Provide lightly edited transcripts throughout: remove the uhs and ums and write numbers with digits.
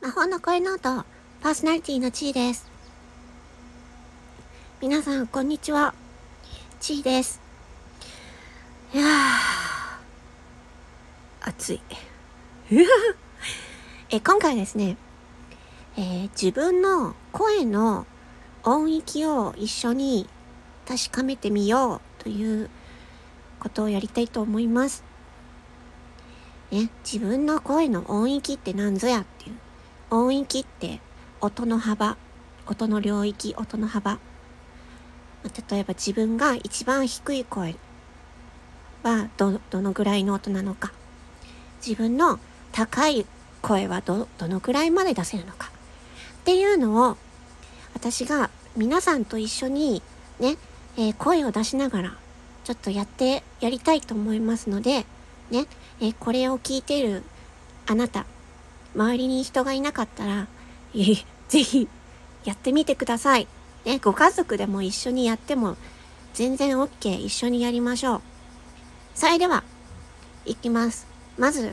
魔法の声ノートパーソナリティのちーです。皆さんこんにちは、ちーです。いやー暑い今回ですね、自分の声の音域を一緒に確かめてみようということをやりたいと思いますね。自分の声の音域って何ぞやっていう。音域って音の幅、音の領域、音の幅。例えば自分が一番低い声はどのぐらいの音なのか。自分の高い声はどのくらいまで出せるのか。っていうのを私が皆さんと一緒にね、声を出しながらちょっとやりたいと思いますので、ね、これを聞いているあなた、周りに人がいなかったら、ぜひやってみてください。ね、ご家族でも一緒にやっても全然 OK。一緒にやりましょう。それでは、いきます。まず、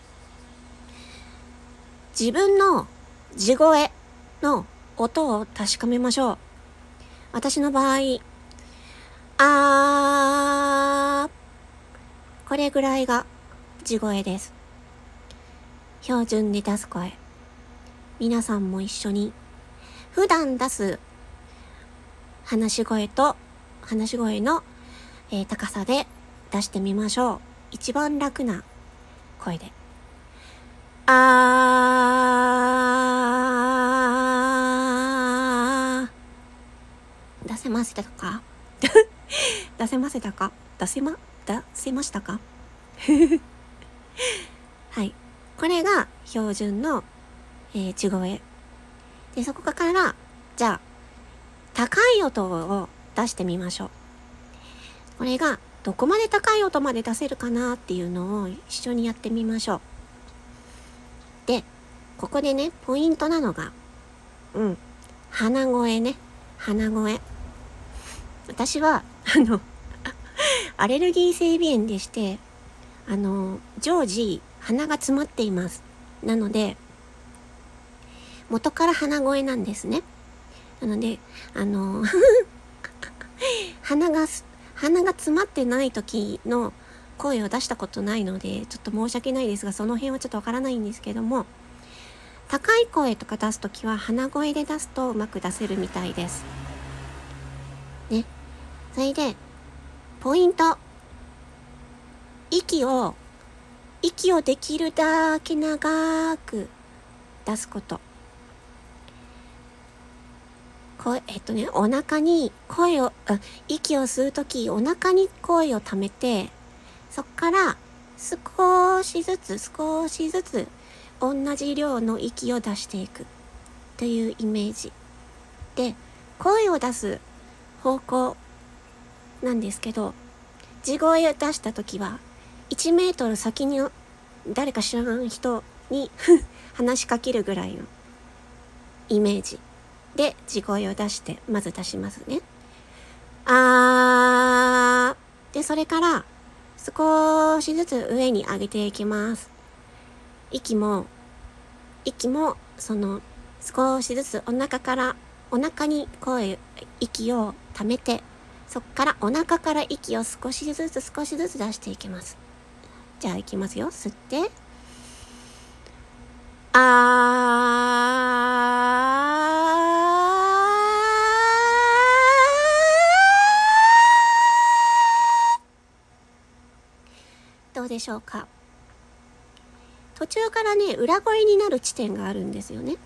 自分の地声の音を確かめましょう。私の場合、これぐらいが地声です。標準で出す声。皆さんも一緒に普段出す話し声の、高さで出してみましょう。一番楽な声で。出せましたか出せましたかはい。これが標準の、地声。で、そこから、じゃあ、高い音を出してみましょう。これが、どこまで高い音まで出せるかなっていうのを一緒にやってみましょう。で、ここでね、ポイントなのが、鼻声ね。鼻声。私は、アレルギー性鼻炎でして、常時、鼻が詰まっています。なので、元から鼻声なんですね。なので、鼻が詰まってない時の声を出したことないので、ちょっと申し訳ないですが、その辺はちょっとわからないんですけども、高い声とか出すときは鼻声で出すとうまく出せるみたいです。ね。それで、ポイント。息をできるだけ長く出すこと。お腹に息を吸うとき、お腹に声を溜めて、そっから少しずつ同じ量の息を出していくというイメージで、声を出す方向なんですけど、地声を出したときは1メートル先に誰か知らない人に話しかけるぐらいのイメージで地声をまず出しますね。で、それから少しずつ上に上げていきます。息もその少しずつお腹に息を溜めて、そっからお腹から息を少しずつ出していきます。じゃあいきますよ。吸ってどうでしょうか。途中からね、裏声になる地点があるんですよね。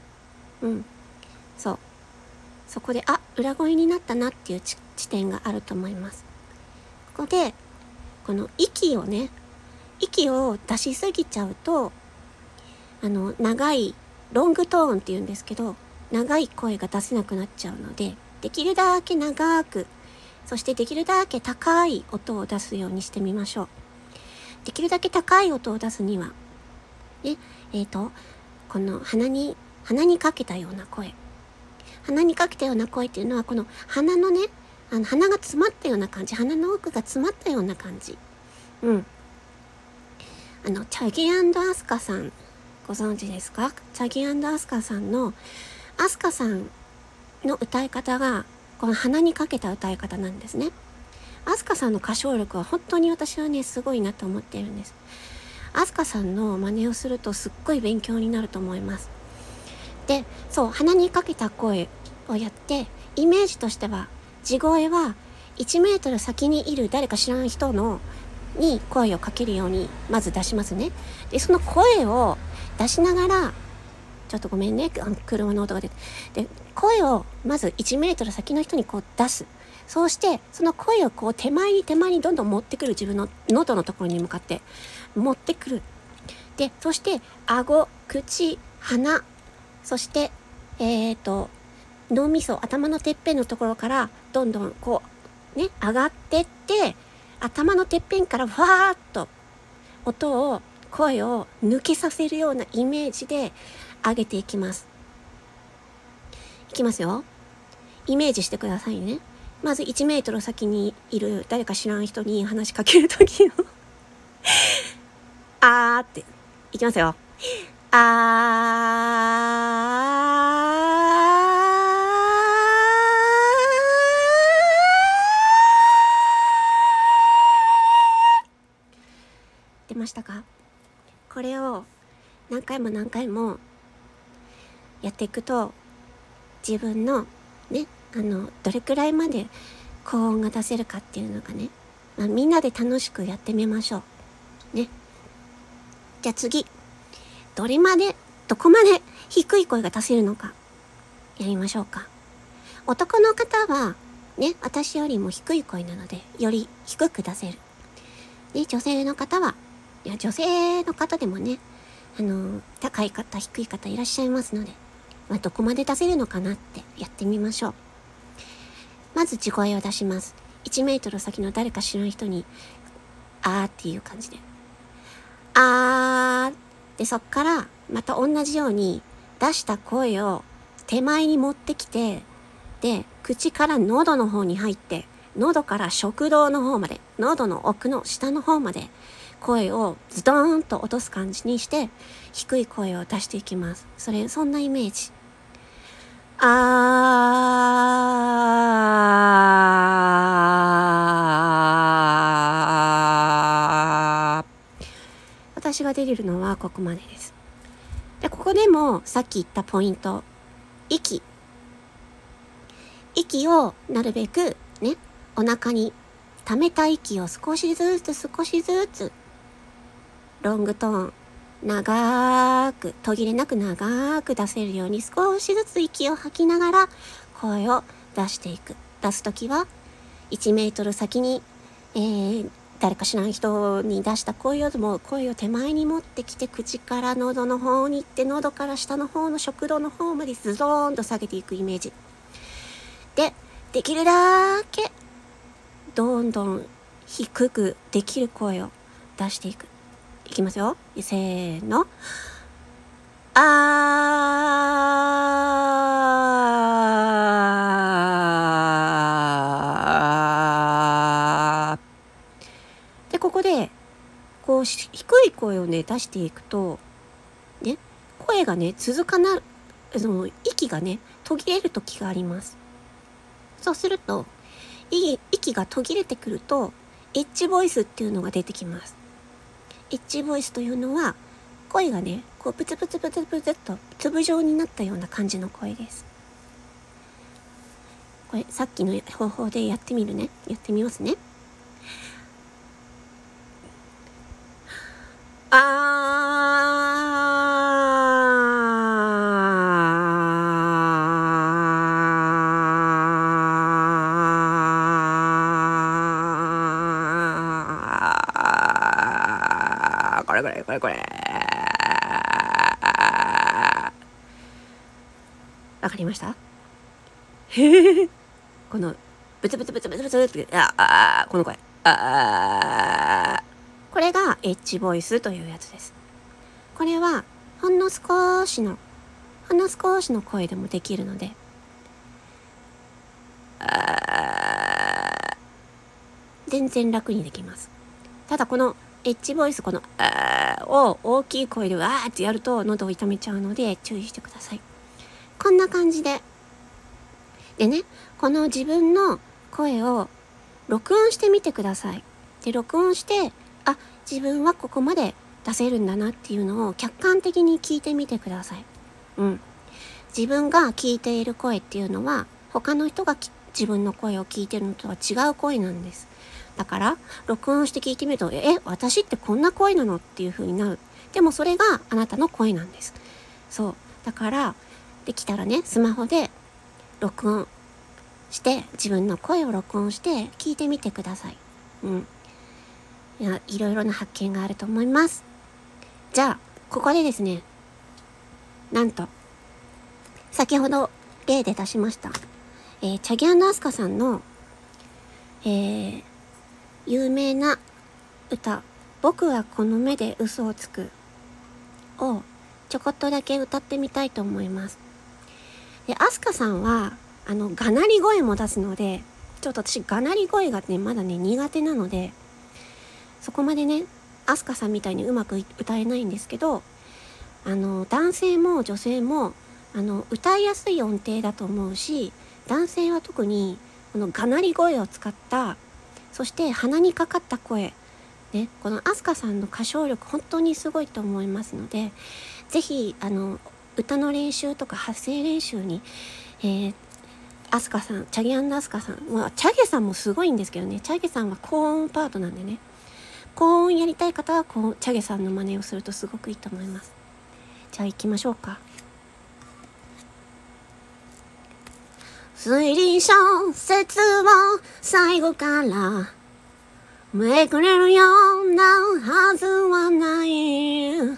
そこで裏声になったなっていう地点があると思います。ここでこの息を出しすぎちゃうと、長いロングトーンっていうんですけど、長い声が出せなくなっちゃうので、できるだけ長く、そしてできるだけ高い音を出すようにしてみましょう。できるだけ高い音を出すにはね、この鼻にかけたような声っていうのは、この鼻のね、鼻が詰まったような感じ、鼻の奥が詰まったような感じ。チャゲ&アスカさんご存知ですか？チャギ&アスカさんのアスカさんの歌い方がこの鼻にかけた歌い方なんですね。アスカさんの歌唱力は本当に私はねすごいなと思っているんです。アスカさんの真似をするとすっごい勉強になると思います。で、そう鼻にかけた声をやって、イメージとしては地声は1メートル先にいる誰か知らん人のに声をかけるようにまず出しますね。でその声を出しながら、ちょっとごめんね、車の音が出て、で声をまず1メートル先の人にこう出す。そうしてその声をこう手前にどんどん持ってくる、自分の喉のところに向かって持ってくる。でそして顎、口、鼻、そして脳みそ、頭のてっぺんのところからどんどんこうね上がってって、頭のてっぺんからふわーっと声を抜けさせるようなイメージで上げていきます。いきますよ。イメージしてくださいね。まず1メートル先にいる誰か知らん人に話しかけるときのあーっていきますよ。出ましたか？これを何回もやっていくと、自分のねどれくらいまで高音が出せるかっていうのがね、みんなで楽しくやってみましょうね。じゃあ次、どこまで低い声が出せるのかやりましょうか。男の方はね、私よりも低い声なのでより低く出せる。ね、女性の方でもね、高い方低い方いらっしゃいますので、どこまで出せるのかなってやってみましょう。まず地声を出します。1メートル先の誰か知らない人にあーっていう感じで、あーで、そっからまた同じように出した声を手前に持ってきて、で口から喉の方に入って、喉から食道の方まで、喉の奥の下の方まで声をズドーンと落とす感じにして低い声を出していきます。そんなイメージ。私が出れるのはここまでです。でここでもさっき言ったポイント、息をなるべくね、お腹に溜めた息を少しずつロングトーン、長く途切れなく長く出せるように少しずつ息を吐きながら声を出していく。出すときは1メートル先に、誰か知らない人に出した声を手前に持ってきて、口から喉の方に行って、喉から下の方の食道の方までズドーンと下げていくイメージで、できるだけどんどん低くできる声を出していく。いきますよ。せーの。で、ここでこう低い声をね出していくとね、声がね息がね途切れる時があります。そうすると息が途切れてくるとエッジボイスっていうのが出てきます。エッジボイスというのは声がねこうプツプツっと粒状になったような感じの声です。これさっきの方法でやってみますね。これわかりました？このブツブツってこの声、これがエッジボイスというやつです。これはほんの少しの声でもできるので、全然楽にできます。ただこのエッジボイス、このを大きい声でわーってやると喉を痛めちゃうので注意してください。こんな感じで。でね、この自分の声を録音してみてください。で、録音して、あ、自分はここまで出せるんだなっていうのを客観的に聞いてみてください。自分が聞いている声っていうのは、他の人が自分の声を聞いてるのとは違う声なんです。だから、録音して聞いてみると、私ってこんな声なのっていう風になる。でもそれがあなたの声なんです。そう。だから、できたらね、スマホで録音して、自分の声を録音して聞いてみてください。いろいろな発見があると思います。じゃあ、ここでですね、なんと、先ほど例で出しました、チャギ&アスカさんの、有名な歌、僕はこの目で嘘をつくをちょこっとだけ歌ってみたいと思います。で、アスカさんは、がなり声も出すので、ちょっと私、がなり声がね、まだね、苦手なので、そこまでね、アスカさんみたいにうまく歌えないんですけど、男性も女性も、歌いやすい音程だと思うし、男性は特に、このがなり声を使った、そして鼻にかかった声、ね、このアスカさんの歌唱力、本当にすごいと思いますので、ぜひ、歌の練習とか発声練習に、アスカさん、チャゲ&アスカさん、チャゲさんもすごいんですけどね、チャゲさんは高音パートなんでね、高音やりたい方はチャゲさんの真似をするとすごくいいと思います。じゃあ行きましょうか。推理小説を最後からめくれるようなはずはない。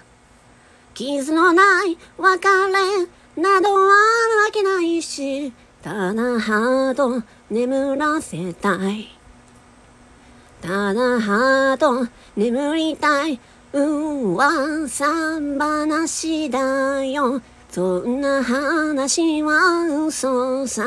傷のない別れなどあるわけないし、ただハート眠らせたい。ただハート眠りたい。噂話だよ。そんな話は嘘さ。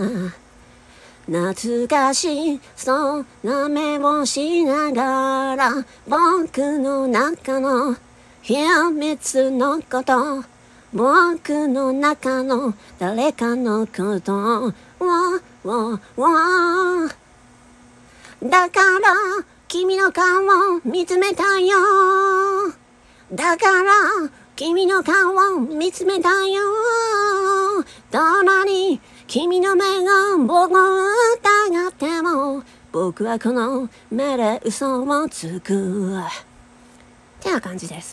懐かしそうな目をしながら、僕の中の秘密のこと、僕の中の誰かのことをだから君の顔を見つめたよ。だから君の顔を見つめたよ。どんなに君の目が僕を疑っても、僕はこの目で嘘をつく。ってな感じです。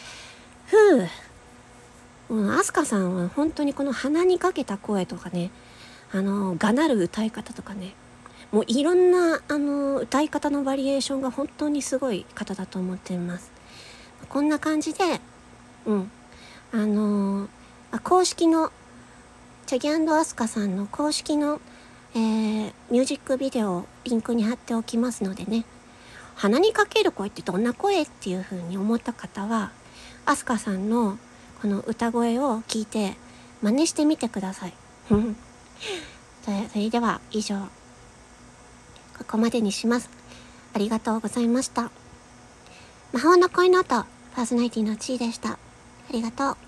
アスカさんは本当にこの鼻にかけた声とかね、がなる歌い方とかね、もういろんな歌い方のバリエーションが本当にすごい方だと思っています。こんな感じで、公式のチャギ&アスカさんの公式の、ミュージックビデオをリンクに貼っておきますのでね、鼻にかける声ってどんな声っていう風に思った方は、アスカさんのこの歌声を聞いて真似してみてください。それでは以上、ここまでにします。ありがとうございました。魔法の恋の音、パーソナリティのちーでした。ありがとう。